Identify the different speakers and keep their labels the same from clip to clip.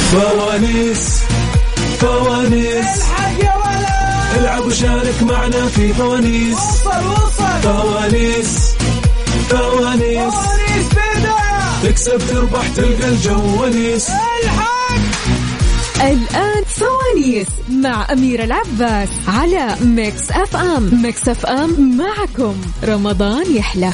Speaker 1: فوانيس
Speaker 2: الحق يا ولد،
Speaker 1: العب وشارك معنا في فوانيس.
Speaker 2: وصل
Speaker 1: فوانيس
Speaker 2: بيدا،
Speaker 1: تكسب تربح تلقى الجواليس.
Speaker 2: الحق
Speaker 3: الآن فوانيس مع أميرة العباس على ميكس أف أم. ميكس أف أم معكم رمضان يحلى.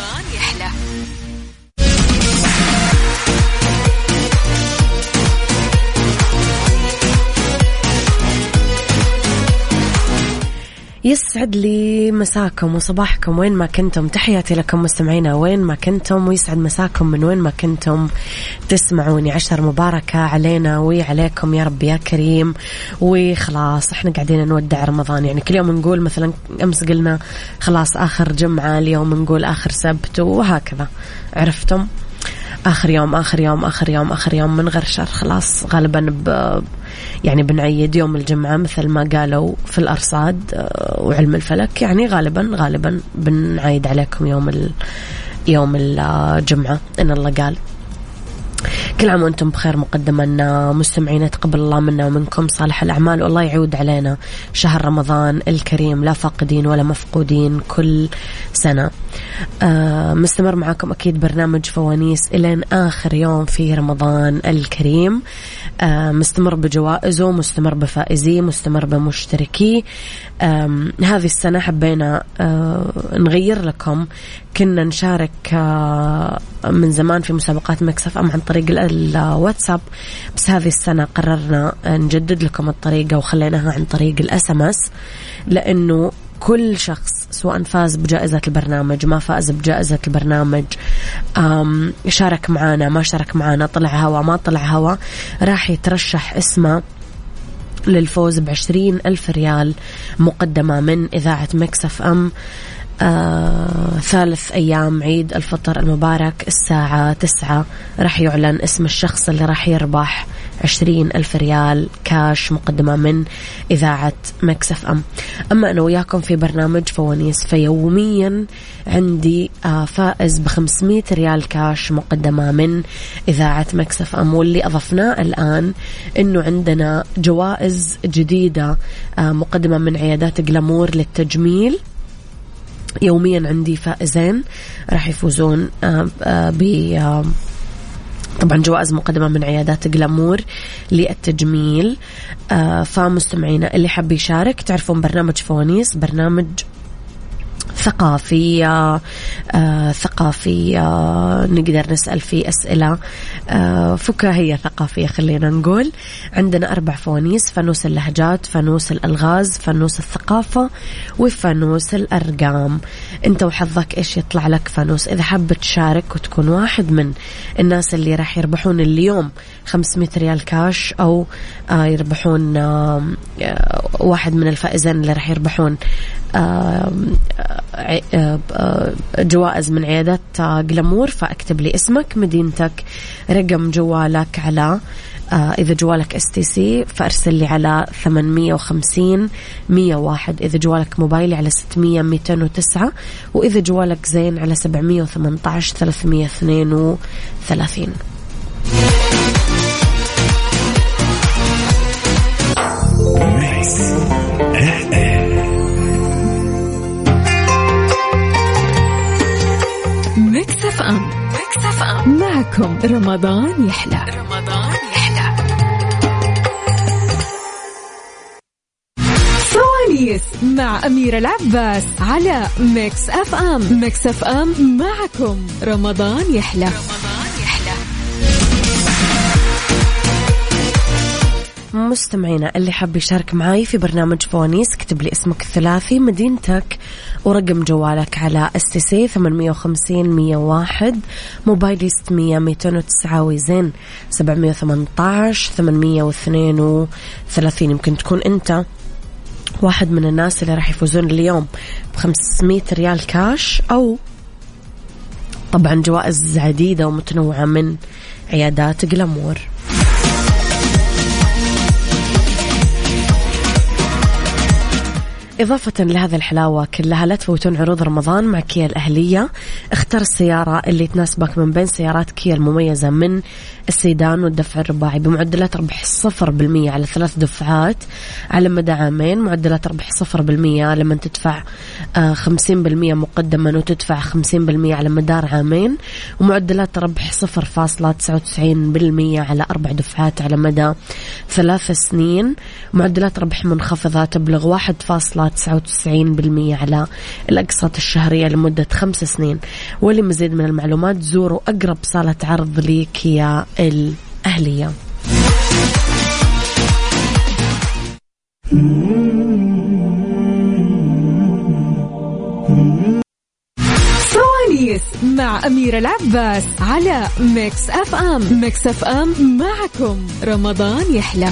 Speaker 3: يسعد لي مساكم وصباحكم وين ما كنتم، تحياتي لكم مستمعينا وين ما كنتم، ويسعد مساكم من وين ما كنتم تسمعوني. 10 مباركة علينا وعليكم يا رب يا كريم. وخلاص احنا قاعدين نودع رمضان، يعني كل يوم نقول مثلا امس قلنا خلاص آخر جمعة، اليوم نقول آخر سبت، وهكذا عرفتم. آخر يوم من غرشر خلاص غالبا يعني بنعيد يوم الجمعة مثل ما قالوا في الأرصاد وعلم الفلك، يعني غالبا بنعيد عليكم يوم الجمعة إن الله قال. كل عام وأنتم بخير مقدما مستمعين، تقبل الله منا ومنكم صالح الأعمال، والله يعود علينا شهر رمضان الكريم لا فاقدين ولا مفقودين كل سنة. مستمر معكم أكيد برنامج فوانيس إلى آخر يوم في رمضان الكريم، مستمر بجوائزه، مستمر بفائزيه، مستمر بمشتركي. هذه السنة حبينا نغير لكم، كنا نشارك من زمان في مسابقات ميكس أف أم عن طريق الواتساب، بس هذه السنة قررنا نجدد لكم الطريقة وخليناها عن طريق الSMS، لأنه كل شخص سواء فاز بجائزة البرنامج ما فاز بجائزة البرنامج، شارك معنا ما شارك معنا، طلع هوا ما طلع هوا، راح يترشح اسمه للفوز ب20,000 ريال مقدمة من إذاعة ميكس أف أم. 3 أيام عيد الفطر المبارك الساعة 9 راح يعلن اسم الشخص اللي راح يربح 20,000 ريال كاش مقدمة من إذاعة ميكس أف أم. أما أنا وياكم في برنامج فوانيس، فيوميا عندي فائز ب500 ريال كاش مقدمة من إذاعة ميكس أف أم. واللي أضفناه الآن إنه عندنا جوائز جديدة مقدمة من عيادات جلامور للتجميل. يوميا عندي فائزين راح يفوزون طبعا جوائز مقدمة من عيادات جلامور للتجميل. فمستمعينا اللي حب يشارك، تعرفون برنامج فوانيس برنامج ثقافي نقدر نسأل فيه أسئلة فكاهية ثقافية. خلينا نقول عندنا 4 فوانيس: فانوس اللهجات، فانوس الألغاز، فانوس الثقافة، وفانوس الأرقام. انت وحظك ايش يطلع لك فانوس. إذا حاب تشارك وتكون واحد من الناس اللي راح يربحون اليوم 500 ريال كاش، أو يربحون واحد من الفائزين اللي راح يربحون جوائز من عيادات جلامور، فاكتب لي اسمك، مدينتك، رقم جوالك على إذا جوالك STC فأرسل لي على 850-101، إذا جوالك موبايلي على 600-209، وإذا جوالك زين على 718-332. ميكس أف أم معكم رمضان يحلى. فوانيس مع أميرة العباس على ميكس أف أم. ميكس أف أم معكم رمضان يحلى. مستمعينا اللي حاب يشارك معاي في برنامج فوانيس، اكتب لي اسمك الثلاثي، مدينتك، ورقم جوالك على STC 850-101، موبايلي 600-209، وزين 718-832. يمكن تكون انت واحد من الناس اللي راح يفوزون اليوم ب500 ريال كاش، أو طبعا جوائز عديدة ومتنوعة من عيادات جلامور. إضافة لهذه الحلاوة كلها لا تفوتون عروض رمضان مع كيا الأهلية. اختر السيارة اللي تناسبك من بين سيارات كيا المميزة من السيدان والدفع الرباعي بمعدلات ربح 0% على 3 دفعات على مدى عامين، معدلات ربح 0% لما تدفع 50% مقدما وتدفع 50% على مدار عامين، ومعدلات ربح 0.99% على 4 دفعات على مدى 3 سنين، معدلات ربح منخفضة تبلغ 1.99% على الأقساط الشهرية لمدة 5 سنين. ولمزيد من المعلومات زوروا أقرب صالة عرض لكيا الأهلية.
Speaker 4: فوانيس مع أميرة العباس على ميكس أف أم. ميكس أف أم معكم رمضان يحلى.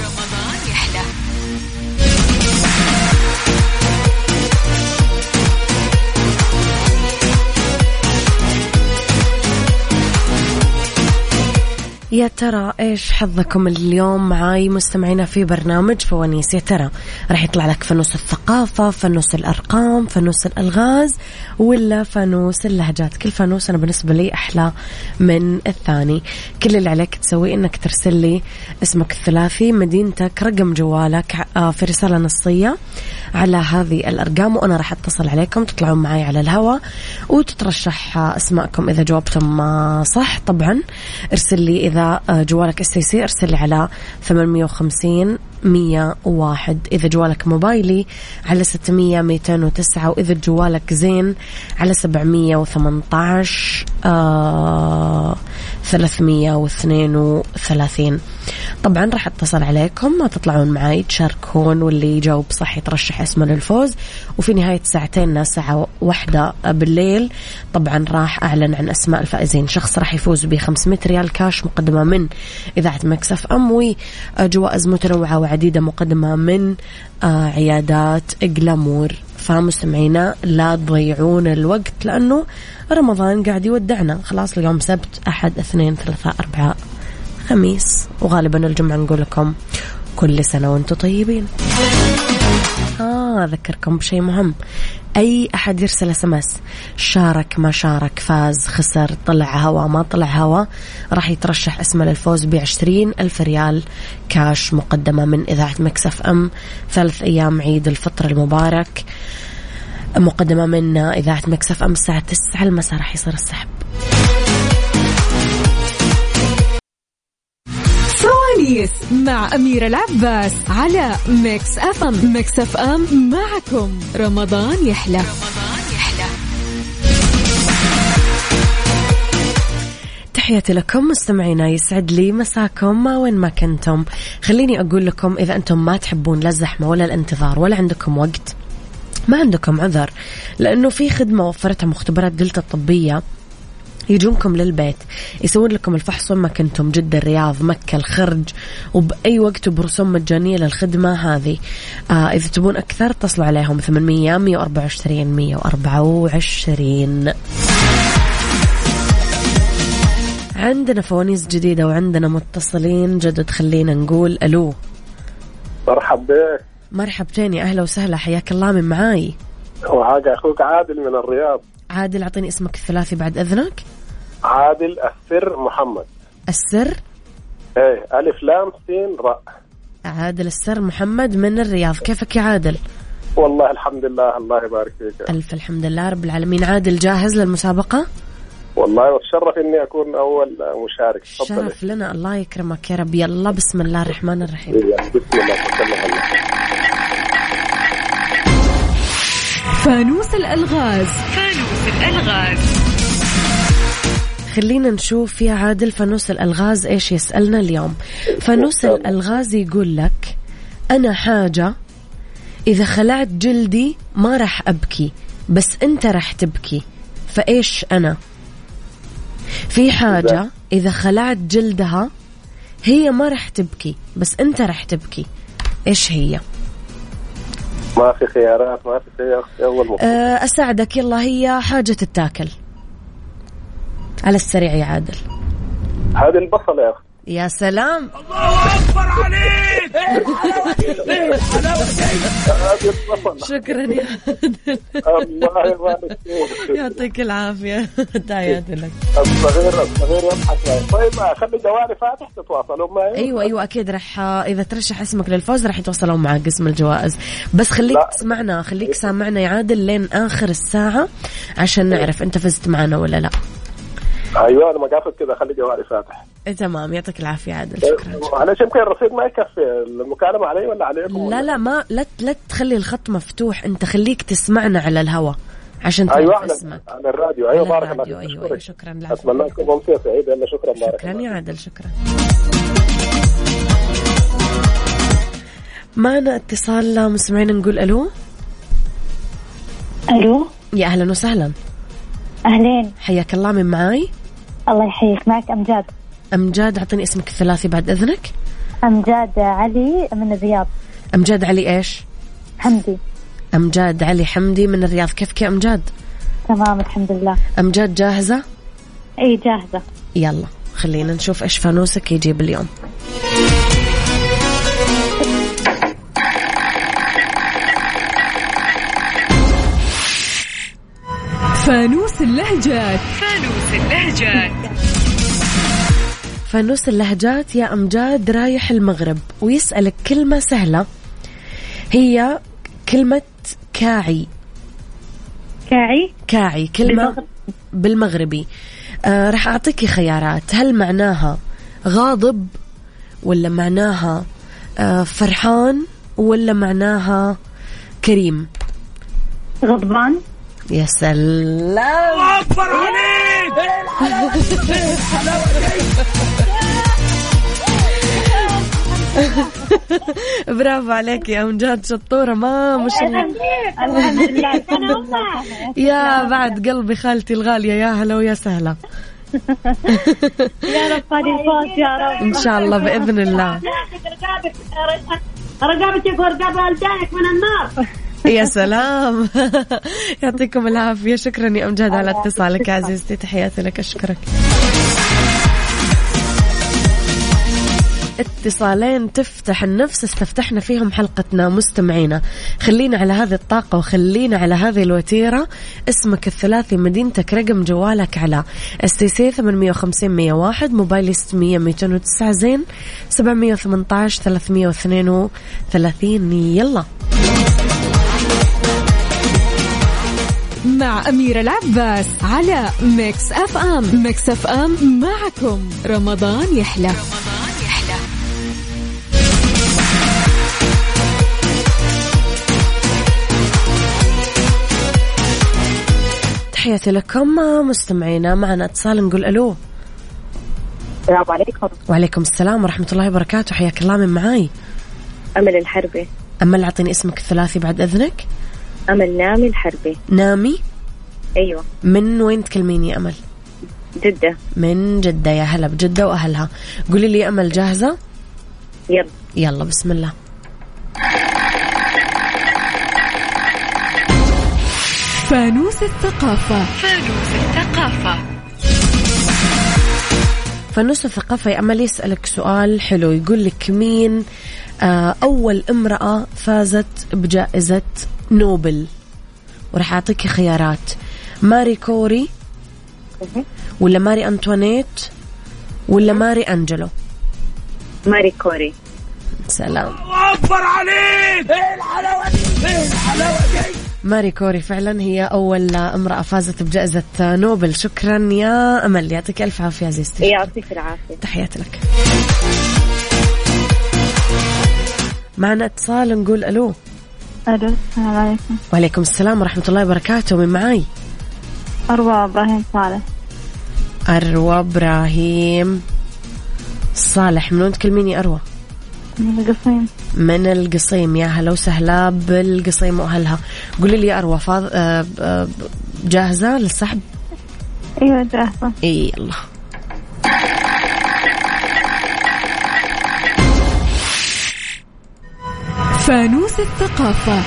Speaker 3: يا ترى إيش حظكم اليوم معاي مستمعينا في برنامج فوانيس؟ يا ترى راح يطلع لك فانوس الثقافة، فانوس الأرقام، فانوس الألغاز، ولا فانوس اللهجات؟ كل فانوس أنا بالنسبة لي أحلى من الثاني. كل اللي عليك تسوي إنك ترسل لي اسمك الثلاثي، مدينتك، رقم جوالك في رسالة نصية على هذه الأرقام، وأنا راح أتصل عليكم تطلعون معي على الهواء وتترشح اسماءكم إذا جاوبتم صح. طبعا ارسل لي إذا جوالك STC ارسل لي على 850 101، إذا جوالك موبايلي على 600 209، وإذا جوالك زين على 718 332. طبعا راح اتصل عليكم ما تطلعون معي تشاركون، واللي يجاوب صح يترشح اسمه للفوز. وفي نهاية ساعتين ساعة 1 بالليل طبعا راح أعلن عن أسماء الفائزين. شخص راح يفوز ب500 ريال كاش مقدمة من إذاعة ميكس أف أم، وجوائز متنوعة وعديدة مقدمة من عيادات جلامور. فمستمعينا لا تضيعون الوقت لأنه رمضان قاعد يودعنا خلاص. اليوم سبت، أحد، اثنين، ثلاثاء، أربعاء، خميس، وغالبا الجمعة نقول لكم كل سنة وانتم طيبين. أذكركم بشيء مهم، أي أحد يرسل SMS شارك ما شارك، فاز خسر، طلع هوا ما طلع هوا، راح يترشح اسمه للفوز ب20,000 ريال كاش مقدمة من إذاعة ميكس أف أم. 3 أيام عيد الفطر المبارك مقدمة من إذاعة ميكس أف أم. الساعة 9 المساء راح يصير السحب.
Speaker 4: فوانيس مع أميرة العباس على ميكس أف أم. ميكس أف أم معكم رمضان يحلى.
Speaker 3: تحياتي لكم مستمعينا، يسعد لي مساكم ما وين ما كنتم. خليني أقول لكم إذا أنتم ما تحبون لا الزحمة ولا الانتظار ولا عندكم وقت، ما عندكم عذر، لأنه في خدمة وفرتها مختبرات دلتا الطبية، يجونكم للبيت يسوون لكم الفحص وين ما كنتم، جدة، الرياض، مكة، الخرج، وبأي وقت وبرسوم مجانية للخدمة هذه. إذا تبون أكثر اتصلوا عليهم 800 124 124. عندنا فوانيس جديدة وعندنا متصلين جدد، خلينا نقول ألو.
Speaker 5: مرحب بك.
Speaker 3: مرحبتين، يا أهلا وسهلا، حياك الله. من معاي؟
Speaker 5: وهذا أخوك عادل من الرياض.
Speaker 3: عادل، أعطيني اسمك الثلاثي بعد إذنك.
Speaker 5: عادل السر محمد.
Speaker 3: السر؟
Speaker 5: ايه، ألف لام سين راء.
Speaker 3: عادل السر محمد من الرياض. كيفك يا عادل؟
Speaker 5: والله الحمد لله، الله يبارك فيك.
Speaker 3: ألف الحمد لله رب العالمين. عادل جاهز للمسابقة؟
Speaker 5: والله وتشرف إني أكون أول مشارك.
Speaker 3: شرف لنا، الله يكرمك يا رب. يلا بسم الله الرحمن الرحيم.
Speaker 5: بسم الله.
Speaker 4: فانوس الألغاز.
Speaker 3: خلينا نشوف يا عادل فانوس الألغاز إيش يسألنا اليوم. فانوس الألغاز يقول لك أنا حاجة إذا خلعت جلدي ما راح أبكي بس أنت راح تبكي، فإيش أنا؟ في حاجة إذا خلعت جلدها هي ما راح تبكي بس أنت راح تبكي، إيش هي؟
Speaker 5: ما في خيارات، ما في خيار.
Speaker 3: أساعدك، يلا، هي حاجة تتاكل على السريع يا عادل.
Speaker 5: هذه البصل يا أخي.
Speaker 3: يا سلام.
Speaker 2: الله أكبر عليك.
Speaker 3: شكرا يا عادل.
Speaker 5: الله يبارك فيك.
Speaker 3: يعطيك العافية. تحياتي لك.
Speaker 5: الصغير يضحك. طيب خلي جوالي فاتح تتواصلوا معي.
Speaker 3: ايوه اكيد راح اذا ترشح اسمك للفوز راح يتواصلون معك قسم الجوائز. بس خليك تسمعنا، خليك سامعنا يا عادل لين اخر الساعة عشان نعرف انت فزت معنا ولا لا.
Speaker 5: ايوه انا ما قافل كذا، خلي جوالي فاتح.
Speaker 3: تمام يعطيك العافية عادل. شكرا.
Speaker 5: معلش يمكن الرصيد ما يكفي المكالمة علي ولا عليكم؟
Speaker 3: لا ما لا تخلي الخط مفتوح، انت خليك تسمعنا على الهواء عشان تعرف اسمك.
Speaker 5: على الراديو. ايوه بارك الله فيك.
Speaker 3: ايوه شكرا.
Speaker 5: اتمنى لكم امسيه سعيده. يلا شكرا.
Speaker 3: شكرا يا عادل. شكرا. معنا اتصال مستمعين، نقول الو.
Speaker 6: الو
Speaker 3: يا اهلا وسهلا.
Speaker 6: اهلين،
Speaker 3: حياك الله. من معاي؟
Speaker 6: الله يحييك. معك امجاد.
Speaker 3: امجاد، اعطيني اسمك الثلاثي بعد اذنك.
Speaker 6: امجاد علي من الرياض.
Speaker 3: امجاد علي ايش؟
Speaker 6: حمدي.
Speaker 3: امجاد علي حمدي من الرياض. كيفك يا امجاد؟
Speaker 6: تمام الحمد لله.
Speaker 3: امجاد جاهزه؟
Speaker 6: اي جاهزه.
Speaker 3: يلا خلينا نشوف ايش فانوسك يجيب اليوم.
Speaker 4: فانوس اللهجات.
Speaker 3: فانوس اللهجات يا أمجاد رايح المغرب ويسألك كلمة سهلة، هي كلمة كاعي. كاعي كلمة بالمغربي. راح أعطيكي خيارات، هل معناها غاضب ولا معناها فرحان ولا معناها كريم؟
Speaker 6: غضبان.
Speaker 3: يا سلام.
Speaker 2: أكبر عليك.
Speaker 3: برافو عليك يا أمجاد، شطورة ما شاء الله.
Speaker 6: الحمد لله.
Speaker 3: يا بعد قلبي خالتي الغالية، يا هلا ويا سهلا.
Speaker 6: يا رب هذه الفوز يا رب
Speaker 3: إن شاء الله بإذن الله.
Speaker 6: رقابتك ورقاب والديك من النار.
Speaker 3: يا سلام. يعطيكم العافية. شكرا يا أمجاد على اتصالك عزيزتي. تحياتي لك. أشكرك. اتصالين تفتح النفس استفتحنا فيهم حلقتنا مستمعينا. خلينا على هذه الطاقة وخلينا على هذه الوتيرة. اسمك الثلاثي، مدينتك، رقم جوالك على STC 850 101، موبايل 600 209 زين 718 332. يلا
Speaker 4: مع أميرة العباس على ميكس أف أم. ميكس أف أم معكم رمضان يحلى.
Speaker 3: تحياتي لكم مستمعينا. معنا اتصال، نقول ألو.
Speaker 6: السلام عليكم.
Speaker 3: وعليكم السلام ورحمة الله وبركاته. حياك الله. من معاي؟
Speaker 6: أمل الحربي.
Speaker 3: أمل، أعطيني اسمك الثلاثي بعد إذنك.
Speaker 6: أمل نامي الحربي.
Speaker 3: نامي؟
Speaker 6: أيوة.
Speaker 3: من وين تكلميني يا أمل؟
Speaker 6: جدة.
Speaker 3: من جدة. يا هلا بجدة وأهلها. قولي لي يا أمل، جاهزة؟ يلا بسم الله.
Speaker 4: فانوس الثقافة.
Speaker 3: فانوس الثقافة يا أمل يسألك سؤال حلو، يقول لك مين أول امرأة فازت بجائزة نوبل؟ ورح أعطيك خيارات، ماري كوري ولا ماري أنطوانيت ولا ماري أنجلو؟
Speaker 6: ماري كوري.
Speaker 3: سلام.
Speaker 2: أكبر عليك. إيه الحلاوة دي.
Speaker 3: ماري كوري فعلا هي أول امرأة فازت بجائزة نوبل. شكرا يا أمل، يعطيك ألف عافية عزيزتي.
Speaker 6: يعطيك العافية.
Speaker 3: تحياتي لك. معنا اتصال، نقول ألو.
Speaker 6: ألو السلام عليكم.
Speaker 3: وعليكم السلام ورحمة الله وبركاته. من معاي؟
Speaker 6: أروى إبراهيم صالح.
Speaker 3: أروى إبراهيم صالح. من وين تكلميني أروى؟
Speaker 6: من القصيم.
Speaker 3: من القصيم. يا هلا وسهلا بالقصيم وأهلها. قولي لي يا أروى، جاهزة للسحب؟
Speaker 6: أيوة جاهزة.
Speaker 3: يلا.
Speaker 4: فانوس الثقافة.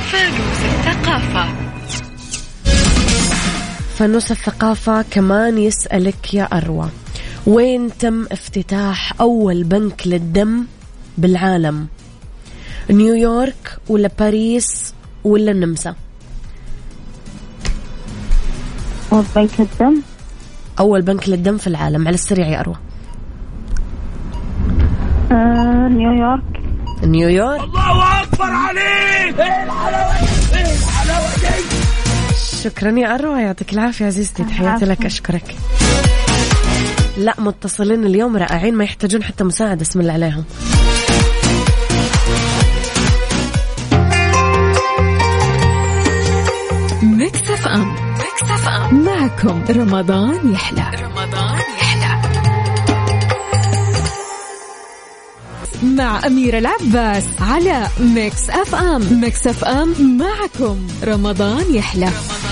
Speaker 4: فانوس
Speaker 3: الثقافة كمان يسألك يا أروى، وين تم افتتاح أول بنك للدم بالعالم؟ نيويورك ولا باريس ولا النمسا؟
Speaker 6: بنك الدم.
Speaker 3: أول بنك للدم في العالم على السريع يا أروى.
Speaker 6: نيويورك.
Speaker 3: نيويورك.
Speaker 2: الله أكبر عليك. إيه الحلاوة دي؟ إيه الحلاوة دي؟
Speaker 3: شكرا يا أروى، يعطيك العافية عزيزتي، تحياتي لك، أشكرك. لا متصلين اليوم رائعين، ما يحتاجون حتى مساعدة، اسم الله عليهم.
Speaker 4: ميكس اف ام معكم رمضان يحلى. مع أميرة العباس على ميكس اف ام. ميكس اف ام معكم رمضان يحلى.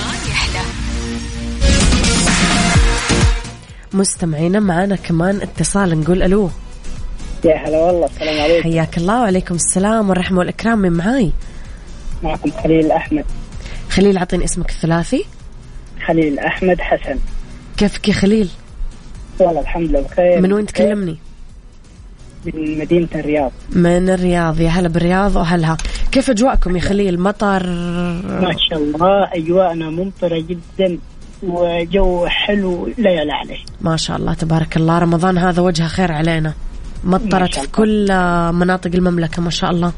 Speaker 3: مستمعينا معنا كمان اتصال، نقول ألو.
Speaker 5: يا هلا والله، السلام عليكم.
Speaker 3: حياك الله. وعليكم السلام والرحمة والإكرام. من معاي؟
Speaker 5: معكم خليل أحمد.
Speaker 3: خليل، عطيني اسمك الثلاثي.
Speaker 5: خليل أحمد حسن.
Speaker 3: كيفك يا خليل؟
Speaker 5: والله الحمد لله بخير.
Speaker 3: من وين تكلمني؟
Speaker 5: من مدينة الرياض.
Speaker 3: من الرياض، يا هلا بالرياض وأهلها. كيف أجواءكم يا خليل؟ مطر؟
Speaker 5: ما شاء الله أجواءنا ممطرة جدا وجو حلو لا يعلى عليه.
Speaker 3: ما شاء الله تبارك الله. رمضان هذا وجه خير علينا، مطرت في كل مناطق المملكة ما شاء الله.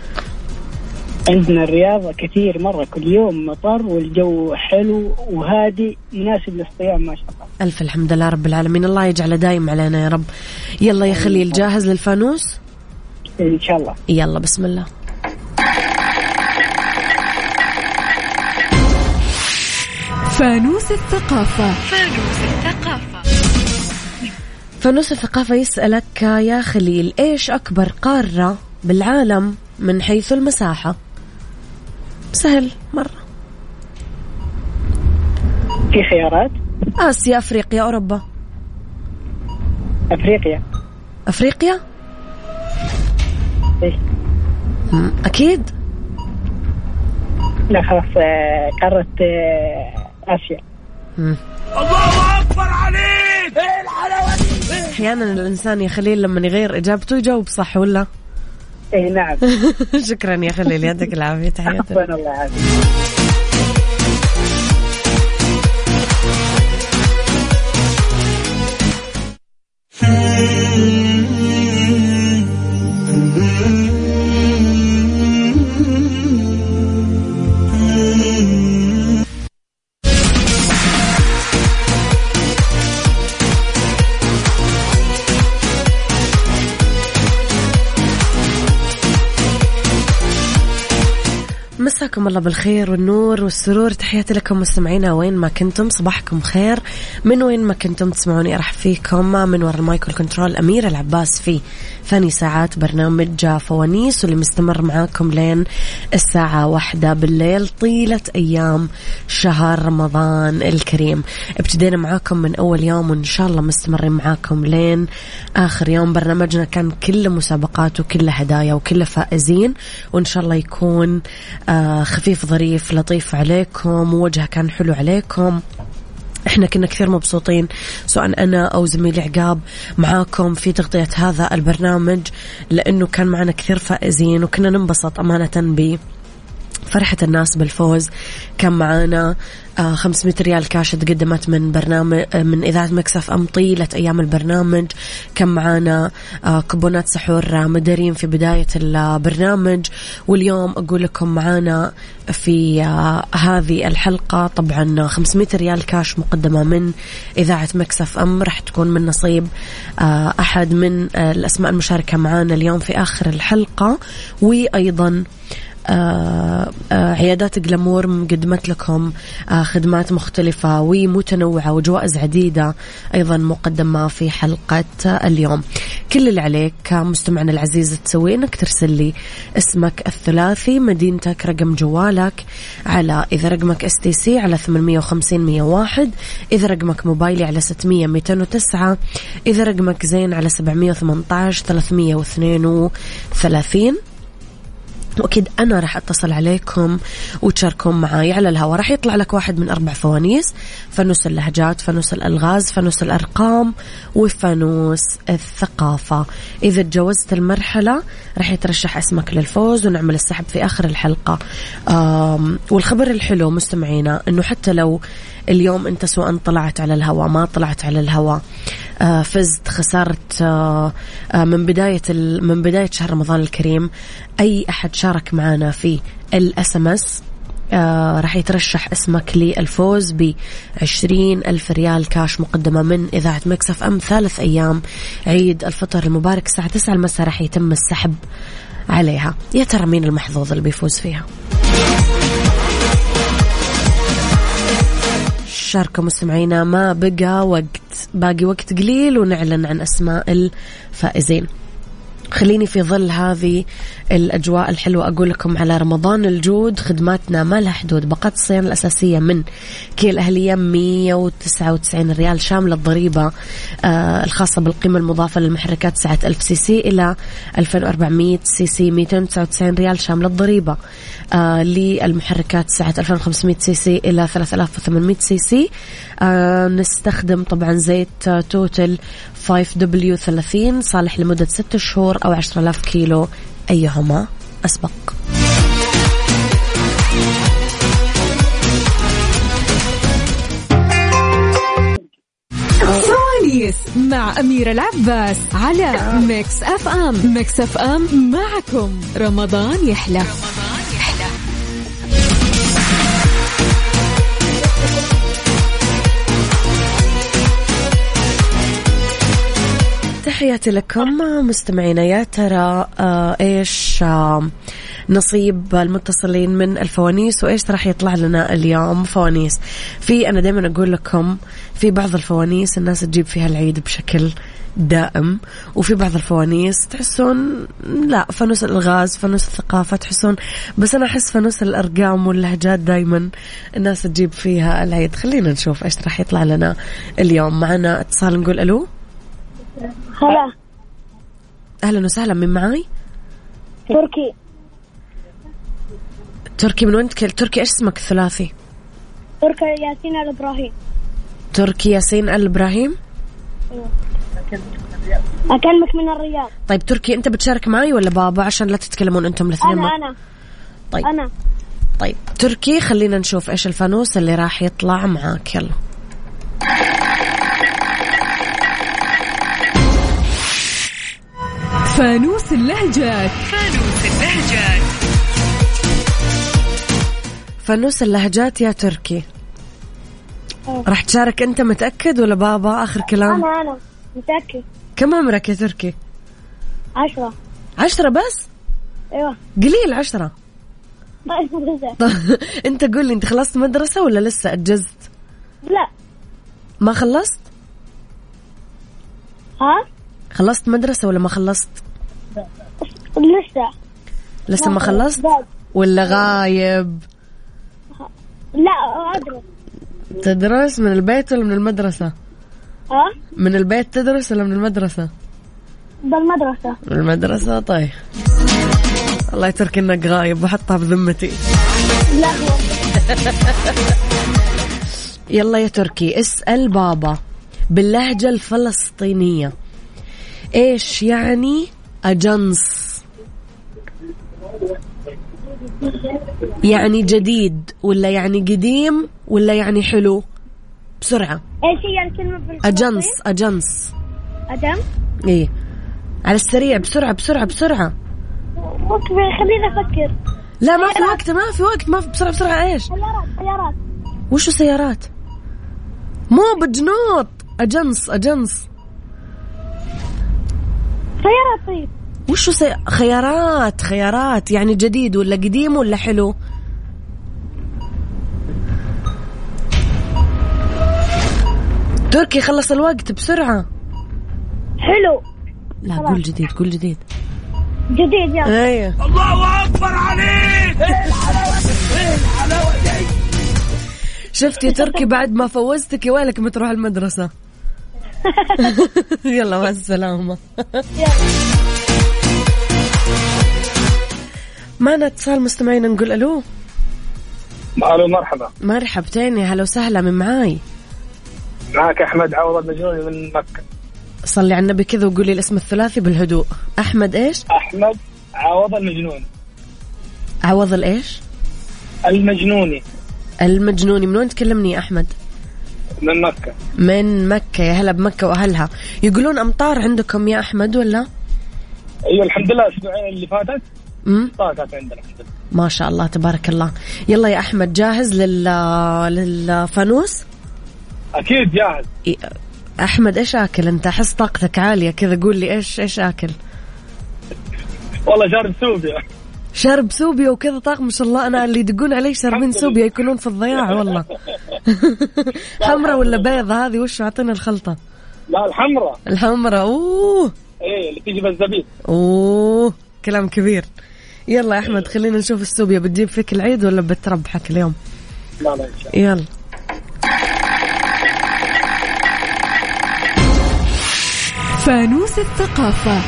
Speaker 5: عندنا الرياض كثير مرة، كل يوم مطر والجو حلو وهادي مناسب للصيام ما شاء الله.
Speaker 3: ألف الحمد لله رب العالمين، الله يجعله دايم علينا يا رب. يلا يا خليل، جاهز للفانوس؟
Speaker 5: إن شاء الله.
Speaker 3: يلا بسم الله.
Speaker 4: فانوس الثقافة.
Speaker 3: فانوس الثقافة يسألك يا خليل، إيش أكبر قارة بالعالم من حيث المساحة؟ سهل مرة.
Speaker 5: في خيارات؟
Speaker 3: آسيا، أفريقيا، أوروبا.
Speaker 5: أفريقيا. إيه؟
Speaker 3: أكيد.
Speaker 5: لا خلاص، قارة آسيا.
Speaker 2: الله أكبر عليك. إيه الحلاوة دي؟
Speaker 3: أحيانا الإنسان يا خليل لما يغير إجابته يجاوب صح ولا؟
Speaker 5: إيه نعم.
Speaker 3: شكرا يا خليل، يعطيك العافية، تحياتي.
Speaker 5: عفوا، الله يعافيك.
Speaker 3: مساكم الله بالخير والنور والسرور، تحياتي لكم مستمعينا وين ما كنتم، صباحكم خير من وين ما كنتم تسمعوني. أرحب فيكم من وراء المايك والكنترول أميرة العباس في ثاني ساعات برنامج فوانيس، واللي مستمر معاكم لين الساعة 1 بالليل طيلة أيام شهر رمضان الكريم. ابتدينا معاكم من أول يوم وإن شاء الله مستمرين معاكم لين آخر يوم. برنامجنا كان كله مسابقات وكله هدايا وكله فائزين، وإن شاء الله يكون خفيف ظريف لطيف عليكم، ووجهه كان حلو عليكم. احنا كنا كثير مبسوطين سواء انا او زميلي عقاب معاكم في تغطية هذا البرنامج، لانه كان معنا كثير فائزين وكنا ننبسط امانة فرحة الناس بالفوز. كان معانا 500 ريال كاش تقدمت من برنامج من إذاعة ميكس اف ام طيلة أيام البرنامج. كان معانا كوبونات سحور مدارين في بداية البرنامج. واليوم أقول لكم معانا في هذه الحلقة طبعا 500 ريال كاش مقدمة من إذاعة ميكس اف ام، راح تكون من نصيب أحد من الأسماء المشاركة معانا اليوم في آخر الحلقة. وأيضا عيادات جلامور مقدمت لكم خدمات مختلفة ومتنوعة وجوائز عديدة أيضا مقدمة في حلقة اليوم. كل اللي عليك مستمعنا العزيز تسوي إنك ترسل لي اسمك الثلاثي، مدينتك، رقم جوالك على إذا رقمك STC على 850-101، إذا رقمك موبايلي على 600-209، إذا رقمك زين على 718-332. وأكيد أنا راح أتصل عليكم وتشاركون معاي على الهواء. راح يطلع لك واحد من 4 فوانيس: فانوس اللهجات، فانوس الألغاز، فانوس الأرقام، وفانوس الثقافة. إذا تجاوزت المرحلة راح يترشح اسمك للفوز ونعمل السحب في آخر الحلقة. والخبر الحلو مستمعينا أنه حتى لو اليوم أنت سواء طلعت على الهواء ما طلعت على الهواء، فزت، خسرت، من بداية شهر رمضان الكريم، أي أحد شارك معنا في الSMS راح يترشح اسمك للفوز ب20,000 ريال كاش مقدمة من إذاعة ميكس اف ام. 3 أيام عيد الفطر المبارك الساعة 9 المساء راح يتم السحب عليها. يا ترى مين المحظوظ اللي بيفوز فيها؟ شاركوا مستمعينا، ما باقي وقت قليل ونعلن عن أسماء الفائزين. خليني في ظل هذه الأجواء الحلوة أقول لكم على رمضان الجود. خدماتنا ما لها حدود. باقات الصيانة الأساسية من كيا الأهلية 199 ريال شاملة الضريبة الخاصة بالقيمة المضافة للمحركات سعة 1000 سي سي إلى 2400 سي سي 299 ريال شاملة الضريبة. للمحركات سعة 2500 سي سي إلى 3800 سي سي نستخدم طبعا زيت توتل 5W30 صالح لمدة 6 شهور أو 10,000 كيلو أيهما أسبق.
Speaker 4: فوانيس مع أميرة العباس على ميكس اف ام. ميكس اف ام معكم رمضان يحلى.
Speaker 3: تحياتي لكم مستمعينا. يا ترى إيش نصيب المتصلين من الفوانيس وإيش راح يطلع لنا اليوم فوانيس؟ أنا دائما أقول لكم في بعض الفوانيس الناس تجيب فيها العيد بشكل دائم، وفي بعض الفوانيس تحسون لا، فانوس الألغاز، فانوس الثقافة تحسون، بس أنا أحس فانوس الأرقام واللهجات دايما الناس تجيب فيها العيد. خلينا نشوف إيش راح يطلع لنا اليوم. معنا اتصال، نقول ألو.
Speaker 6: هلا،
Speaker 3: أهلا وسهلا، من معاي؟
Speaker 6: تركي
Speaker 3: من وين؟ تركي إيش اسمك الثلاثي؟
Speaker 6: تركي ياسين الإبراهيم.
Speaker 3: تركي ياسين الإبراهيم.
Speaker 6: أكلمك من الرياض.
Speaker 3: طيب تركي أنت بتشارك معي ولا بابا عشان لا تتكلمون أنتم الاثنين؟
Speaker 6: أنا
Speaker 3: طيب
Speaker 6: أنا
Speaker 3: طيب تركي خلينا نشوف إيش الفانوس اللي راح يطلع معاك. يلا.
Speaker 4: فانوس اللهجات.
Speaker 3: فانوس اللهجات يا تركي. راح تشارك أنت متأكد ولا بابا آخر كلام؟
Speaker 6: أنا متأكد.
Speaker 3: كم عمرك يا تركي؟
Speaker 6: 10.
Speaker 3: 10 بس؟
Speaker 6: أيوة.
Speaker 3: قليل 10. أنت قول لي، أنت خلصت مدرسة ولا لسه أجزت؟
Speaker 6: لا.
Speaker 3: ما خلصت؟
Speaker 6: ها؟
Speaker 3: خلصت مدرسة ولا ما خلصت؟ لسه ما خلصت؟ ولا غايب؟
Speaker 6: لا أدرس.
Speaker 3: تدرس من البيت ولا من المدرسة؟
Speaker 6: ها؟
Speaker 3: من البيت تدرس ولا من المدرسة؟
Speaker 6: بالمدرسة.
Speaker 3: من المدرسة. طيب الله يترك إنك غايب وحطها بذمتي.
Speaker 6: لا.
Speaker 3: يلا يا تركي اسأل بابا باللهجة الفلسطينية إيش يعني أجنس؟ يعني جديد ولا يعني قديم ولا يعني حلو؟ بسرعة.
Speaker 6: إيش هي الكلمة بالفلسطيني؟
Speaker 3: أجنس.
Speaker 6: إيه
Speaker 3: على السريع، بسرعة بسرعة بسرعة.
Speaker 6: خلينا أفكر.
Speaker 3: لا ما في وقت، ما في بسرعة بسرعة. إيش؟
Speaker 6: سيارات.
Speaker 3: وشو سيارات؟ مو بجنوط. أجنس.
Speaker 6: سيارات. طيب
Speaker 3: وشو خيارات يعني جديد ولا قديم ولا حلو؟ تركي خلص الوقت بسرعة.
Speaker 6: حلو.
Speaker 3: لا قول جديد.
Speaker 6: جديد يا.
Speaker 3: ايه.
Speaker 2: الله أكبر عليك.
Speaker 3: شفتي تركي بعد ما فوزتك يا ويلك متروح المدرسة. يلا مع السلامة. معنا اتصال مستمعين، نقول ألو.
Speaker 7: ألو مرحبا.
Speaker 3: مرحبتين، يا هلا وسهلا، من معاي؟
Speaker 7: معك أحمد عوض المجنوني من مكة.
Speaker 3: صلي على النبي كذا وقولي الاسم الثلاثي بالهدوء. أحمد إيش؟
Speaker 7: أحمد عوض المجنوني.
Speaker 3: عوض الإيش؟
Speaker 7: المجنوني.
Speaker 3: المجنوني. من وين تكلمني يا أحمد؟
Speaker 7: من مكة.
Speaker 3: من مكة، يا هلا بمكة وأهلها. يقولون أمطار عندكم يا أحمد ولا؟
Speaker 7: أيوة الحمد لله، الأسبوعين اللي فاتت طاقات عندنا الحمد لله.
Speaker 3: ما شاء الله تبارك الله. يلا يا أحمد، جاهز للفانوس؟
Speaker 7: أكيد جاهز.
Speaker 3: أحمد إيش أكل أنت؟ أحس طاقتك عالية كذا، قول لي إيش أكل؟
Speaker 7: والله شارب سوبيا.
Speaker 3: شرب سوبيا وكذا طاق ما شاء الله. أنا اللي يدقون علي شاربين سوبيا يكونون في الضياع والله. حمرة ولا بيضة هذه؟ وش أعطينا الخلطة؟
Speaker 7: لا الحمرة.
Speaker 3: الحمرة. أوه
Speaker 7: إيه اللي تيجي بالزبيب.
Speaker 3: أوه كلام كبير. يلا يا أحمد خلينا نشوف السوبيا بتجيب فيك العيد ولا بتربحك اليوم؟
Speaker 7: لا إن شاء الله.
Speaker 3: يلا.
Speaker 4: فانوس الثقافة.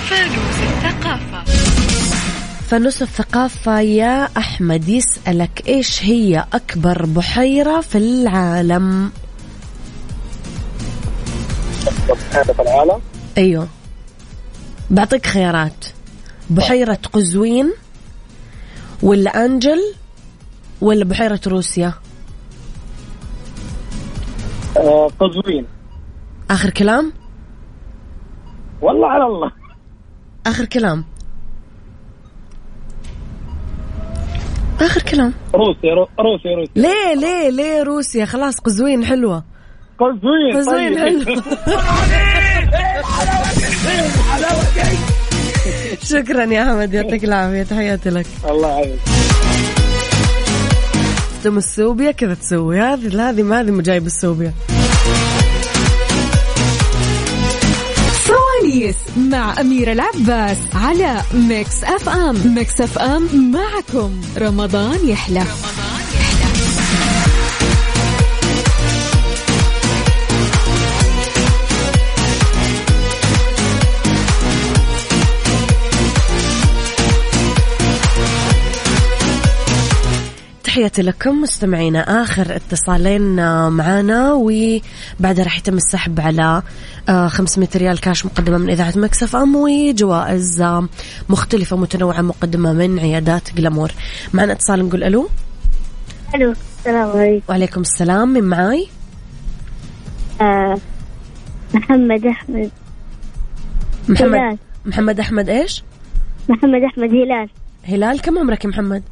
Speaker 3: فانوس الثقافة يا أحمد يسألك إيش هي أكبر بحيرة في العالم؟
Speaker 7: بحيرة في العالم؟
Speaker 3: أيوه، بعطيك خيارات: بحيرة قزوين ولا أنجل ولا بحيرة روسيا؟
Speaker 7: قزوين.
Speaker 3: آخر كلام؟
Speaker 7: والله على الله.
Speaker 3: آخر كلام. آخر كلام.
Speaker 7: روسيا.
Speaker 3: ليه روسيا؟ خلاص قزوين حلوة.
Speaker 7: قزوين
Speaker 3: طيب. حلوة. شكرا يا أحمد، يعطيك العافية، تحياتي لك.
Speaker 7: الله يعافيك.
Speaker 3: تم السوبيا كذا تسوي هذه ما جايب السوبيا.
Speaker 4: فوانيس مع أميرة العباس على ميكس أف أم. ميكس أف أم معكم رمضان يحلى.
Speaker 3: تحياتي لكم مستمعينا. آخر اتصالين معانا وبعدها راح يتم السحب على 500 ريال كاش مقدمة من إذاعة ميكس أف أم وجوائز مختلفة متنوعة مقدمة من عيادات جلامور. معنا اتصال، نقول ألو.
Speaker 6: ألو السلام عليكم.
Speaker 3: وعليكم السلام، من معاي؟
Speaker 6: محمد أحمد.
Speaker 3: محمد أحمد إيش؟
Speaker 6: محمد أحمد
Speaker 3: هلال. كم عمرك يا محمد؟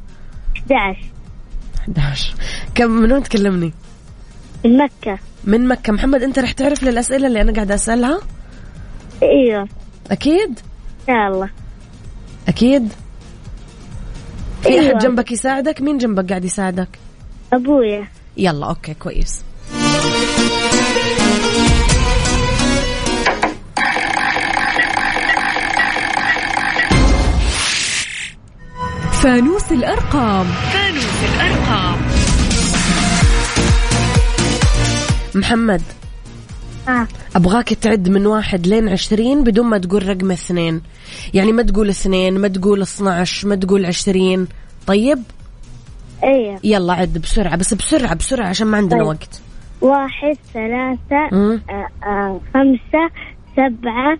Speaker 6: 11.
Speaker 3: كم من وين تكلمني؟
Speaker 6: من مكة.
Speaker 3: محمد أنت رح تعرف للأسئلة اللي أنا قاعدة أسألها؟
Speaker 6: ايوه
Speaker 3: أكيد.
Speaker 6: يا الله
Speaker 3: أكيد. في
Speaker 6: أيوة.
Speaker 3: أحد جنبك يساعدك؟ مين جنبك قاعد يساعدك؟
Speaker 6: أبويا.
Speaker 3: يلا أوكي كويس.
Speaker 4: فانوس الأرقام.
Speaker 3: محمد أبغاك تعد من 1 لين 20 بدون ما تقول رقم 2. يعني ما تقول 2، ما تقول 12، ما تقول 20. طيب
Speaker 6: ايوه
Speaker 3: يلا عد بسرعة، بس بسرعة عشان ما عندنا وقت.
Speaker 6: 1 3 5 7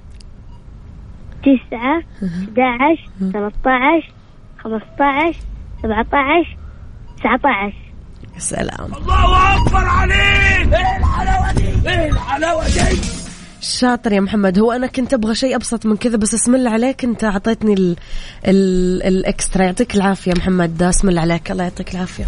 Speaker 6: 9 11 13 15 17 19.
Speaker 3: سلام.
Speaker 2: الله أكبر عليك. ايه الحلاوة دي.
Speaker 3: شاطر يا محمد. هو أنا كنت أبغى شيء أبسط من كذا بس اسم الله عليك أنت عطيتني الإكسترا. يعطيك العافية محمد، اسم الله عليك، الله يعطيك العافية.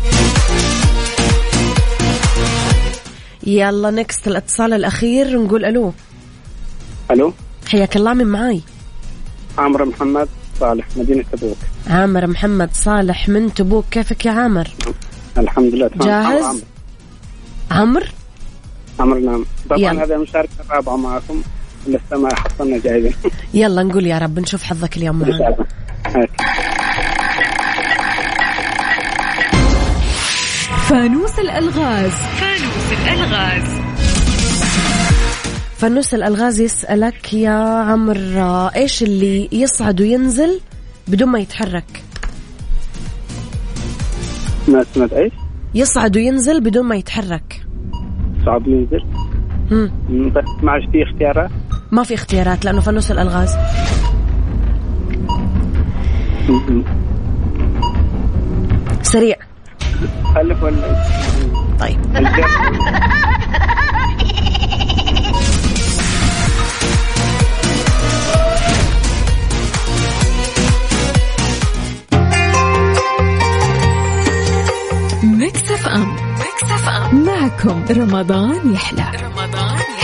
Speaker 3: يلا نكست الاتصال الأخير، نقول ألو. حياك الله، من معاي؟
Speaker 7: عامر محمد صالح مدينة تبوك.
Speaker 3: عامر محمد صالح من تبوك، كيفك يا عامر؟
Speaker 7: الحمد لله تمام.
Speaker 3: جاهز؟ عمر
Speaker 7: نعم. طبعا هذا المشاركة الرابعة معكم، لسه ما حصلنا جايزة.
Speaker 3: يلا نقول يا رب نشوف حظك اليوم معنا.
Speaker 4: فانوس الألغاز.
Speaker 3: فانوس الألغاز يسألك يا عمر ايش اللي يصعد وينزل بدون ما يتحرك؟
Speaker 7: ما سمعت ايش؟
Speaker 3: يصعد وينزل بدون ما يتحرك.
Speaker 7: صعب ينزل. بس ما عادش في اختيارات.
Speaker 3: ما في اختيارات لأنه فانوس الألغاز. سريع.
Speaker 7: خلف ولا
Speaker 3: طيب.
Speaker 4: ميكس اف ام معكم رمضان يحلى.